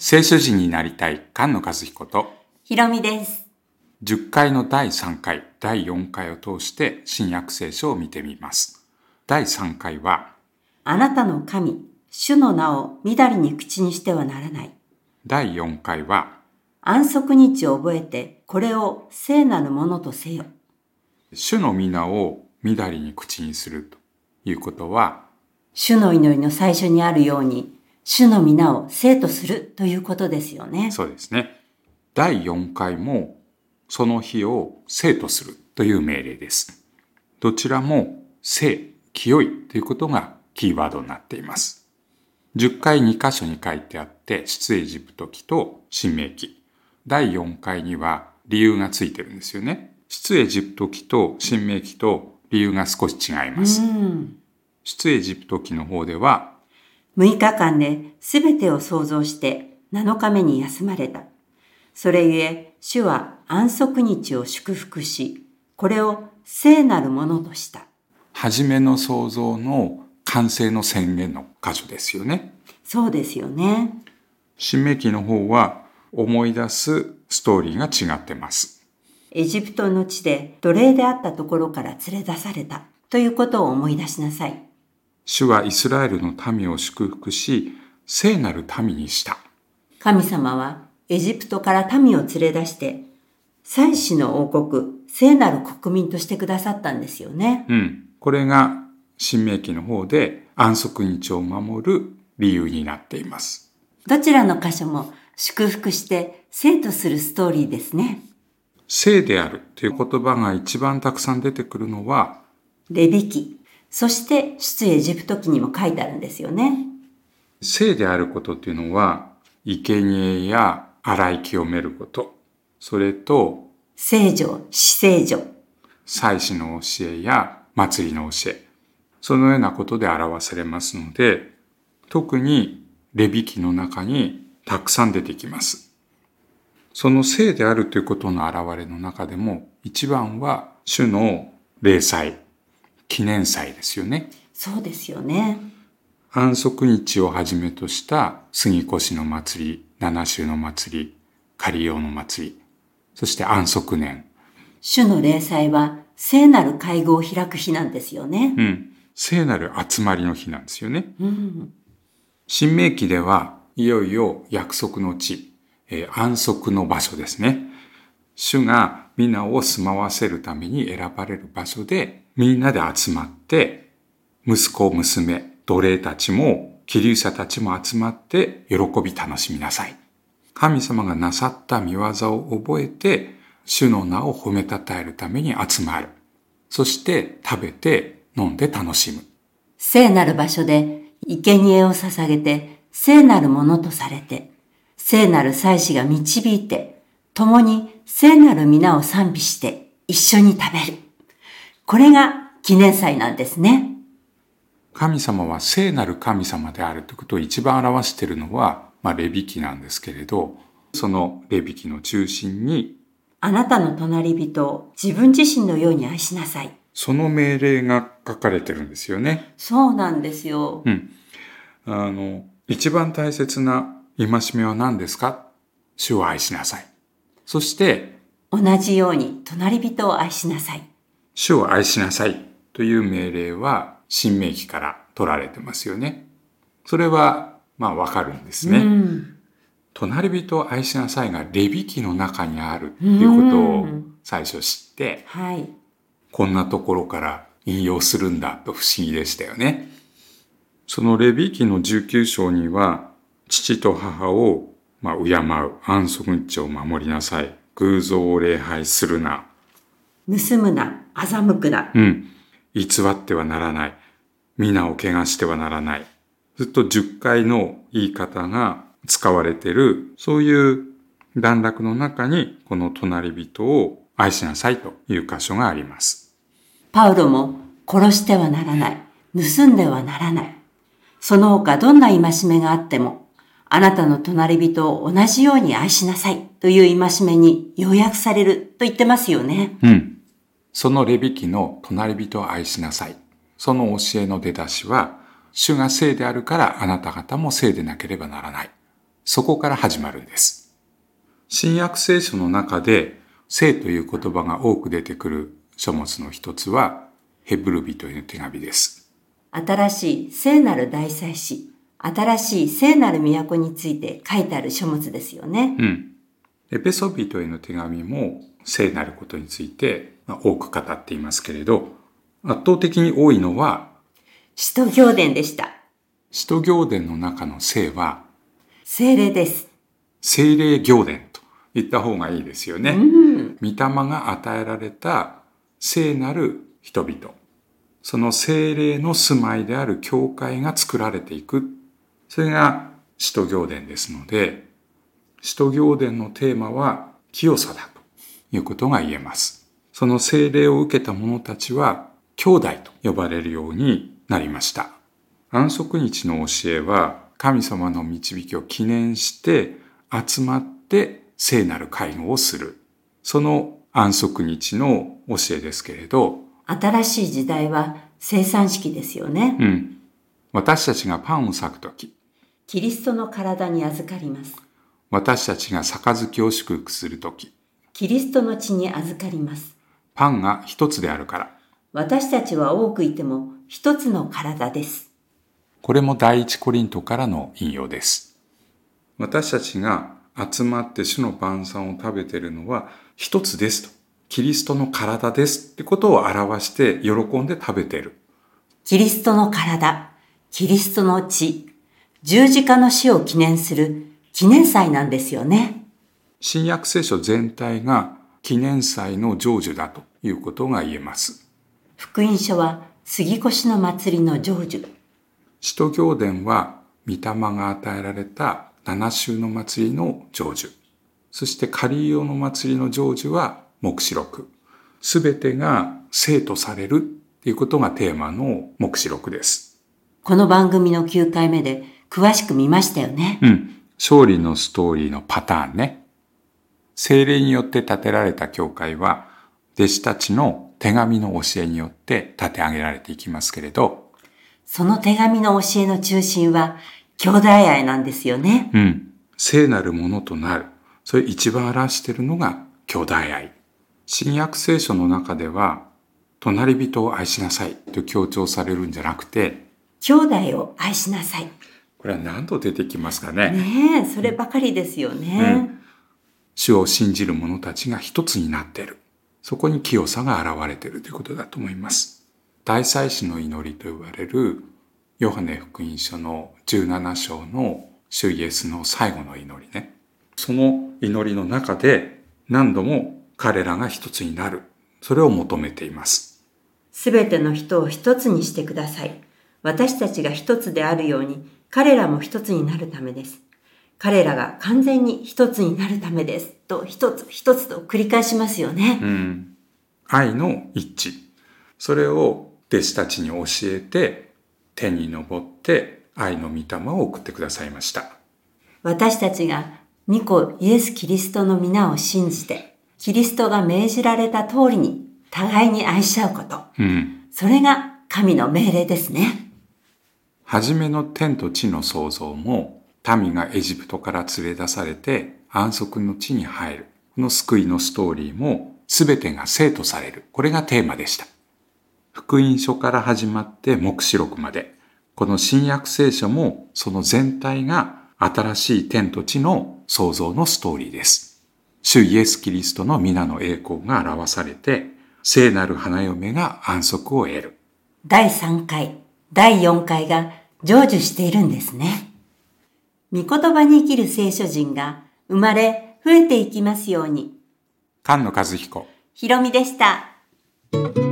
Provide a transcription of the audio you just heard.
聖書人になりたい菅野和彦とひろみです。 10回の第3回、第4回を通して新約聖書を見てみます。第3回は、 あなたの神、主の名をみだりに口にしてはならない。 第4回は、 安息日を覚えて、これを聖なるものとせよ。 主の皆をみだりに口にするということは、 主の祈りの最初にあるように、主の皆を聖とするということですよね。 そうですね。第4回もその日を聖とするという命令です。どちらも聖、清いということがキーワードになっています。10回2箇所に書いてあって、出エジプト記と申命記。第4回には理由がついてるんですよね。出エジプト記と申命記と理由が少し違います。出エジプト記の方では、 6日間ですべてを創造して7日目に休まれた。それゆえ、主は安息日を祝福し、これを聖なるものとした。 はじめの創造の完成の宣言の箇所ですよね。 そうですよね。 申命記の方は思い出すストーリーが違ってます。 エジプトの地で奴隷であったところから連れ出されたということを思い出しなさい。 主はイスラエルの民を祝福し、聖なる民にした。 神様はエジプトから民を連れ出して、祭司の王国、聖なる国民としてくださったんですよね。 これが申命記の方で安息日を守る理由になっています。 どちらの箇所も祝福して聖とするストーリーですね。 聖であるという言葉が一番たくさん出てくるのは、 レビ記、そして出エジプト記にも書いてあるんですよね。 聖であることっていうのは、生贄や洗い清めること、それと聖女、至聖女、 祭司の教えや祭りの教え、そのようなことで表されますので、特にレビ記の中にたくさん出てきます。その聖であるということの表れの中でも、一番は主の礼祭、記念祭ですよね。 そうですよね。 安息日をはじめとした杉越の祭り、七週の祭り、仮用の祭り、そして安息年。 主の礼祭は聖なる会合を開く日なんですよね。 聖なる集まりの日なんですよね。申命記ではいよいよ約束の地、安息の場所ですね。主が皆を住まわせるために選ばれる場所でみんなで集まって、息子、娘、奴隷たちも寄留者たちも集まって喜び楽しみなさい。神様がなさった御業を覚えて、主の名を褒めたたえるために集まる。そして食べて飲んで楽しむ。 聖なる場所で生贄を捧げて聖なるものとされて、聖なる祭司が導いて、共に聖なる皆を賛美して一緒に食べる。これが記念祭なんですね。 神様は聖なる神様であるということを一番表しているのは、レビ記なんですけれど、そのレビ記の中心に、 あなたの隣人を自分自身のように愛しなさい。 その命令が書かれてるんですよね。 そうなんですよ。 一番大切な戒めは何ですか？主を愛しなさい。そして、 同じように隣人を愛しなさい。 主を愛しなさいという命令は、申命記から取られてますよね。それは、わかるんですね。隣人を愛しなさいがレビ記の中にあるっていうことを最初知って、こんなところから引用するんだと不思議でしたよね。そのレビ記の19章には、父と母を敬う、安息日を守りなさい、偶像を礼拝するな、 盗むな、欺くな、 偽ってはならない、皆を汚してはならない、ずっと10回の言い方が使われている、そういう段落の中にこの隣人を愛しなさいという箇所があります。 パウロも殺してはならない、盗んではならない。その他どんな戒めがあっても、あなたの隣人を同じように愛しなさいという戒めに要約されると言ってますよね。 そのレビ記の隣人を愛しなさい。その教えの出だしは、主が聖であるからあなた方も聖でなければならない。 そこから始まるんです。新約聖書の中で聖という言葉が多く出てくる書物の一つはヘブル人への手紙です。 新しい聖なる大祭司、新しい聖なる都について書いてある書物ですよね。 エペソ人への手紙も聖なることについて多く語っていますけれど、圧倒的に多いのは使徒行伝でした。 使徒行伝の中の聖は聖霊です。 聖霊行伝と言った方がいいですよね。御霊が与えられた聖なる人々。その聖霊の住まいである教会が作られていく。それが使徒行伝ですので、使徒行伝のテーマは清さだということが言えます。その聖霊を受けた者たちは兄弟と呼ばれるようになりました。安息日の教えは神様の導きを記念して集まって聖なる会合をする。その安息日の教えですけれど、 新しい時代は生産式ですよね。 私たちがパンを裂くとき、 キリストの体に預かります。 私たちが杯を祝福するとき、 キリストの血に預かります。 パンが一つであるから。 私たちは多くいても一つの体です。 これも第一コリントからの引用です。私たちが集まって主の晩餐を食べているのは一つですと。キリストの体ですってことを表して喜んで食べている。 キリストの体、キリストの血、十字架の死を記念する記念祭なんですよね。 新約聖書全体が記念祭の成就だということが言えます。 福音書は杉越の祭りの成就。 使徒行伝は御霊が与えられた7週の祭りの成就。そしてカリオの祭りの成就は黙示録。すべてが聖とされるということがテーマの黙示録です。 この番組の9回目で詳しく見ましたよね。 勝利のストーリーのパターンね。聖霊によって建てられた教会は弟子たちの手紙の教えによって立て上げられていきますけれど、 その手紙の教えの中心は兄弟愛なんですよね。 聖なるものとなる。それ一番表しているのが兄弟愛。新約聖書の中では隣人を愛しなさいと強調されるんじゃなくて、 兄弟を愛しなさい。 これは何度出てきますかね。 ねえ、そればかりですよね。 主を信じる者たちが一つになっている。そこに清さが現れているということだと思います。大祭司の祈りと呼ばれるヨハネ福音書の17章の主イエスの最後の祈りね。その祈りの中で何度も彼らが一つになる。それを求めています。 すべての人を一つにしてください。私たちが一つであるように、彼らも一つになるためです。彼らが完全に一つになるためです。と一つ一つと繰り返しますよね。 愛の一致。それを弟子たちに教えて、天に昇って愛の御霊を送ってくださいました。 私たちが御子イエス・キリストの皆を信じて、キリストが命じられた通りに互いに愛し合うこと。それが神の命令ですね。 はじめの天と地の創造も、民がエジプトから連れ出されて安息の地に入る。この救いのストーリーも全てが聖とされる。これがテーマでした。福音書から始まって黙示録まで、この新約聖書もその全体が新しい天と地の創造のストーリーです。主イエス・キリストの皆の栄光が表されて、聖なる花嫁が安息を得る。 第3回、第4回が成就しているんですね。御言葉に生きる聖書人が生まれ増えていきますように。 菅野和彦、 ひろみでした。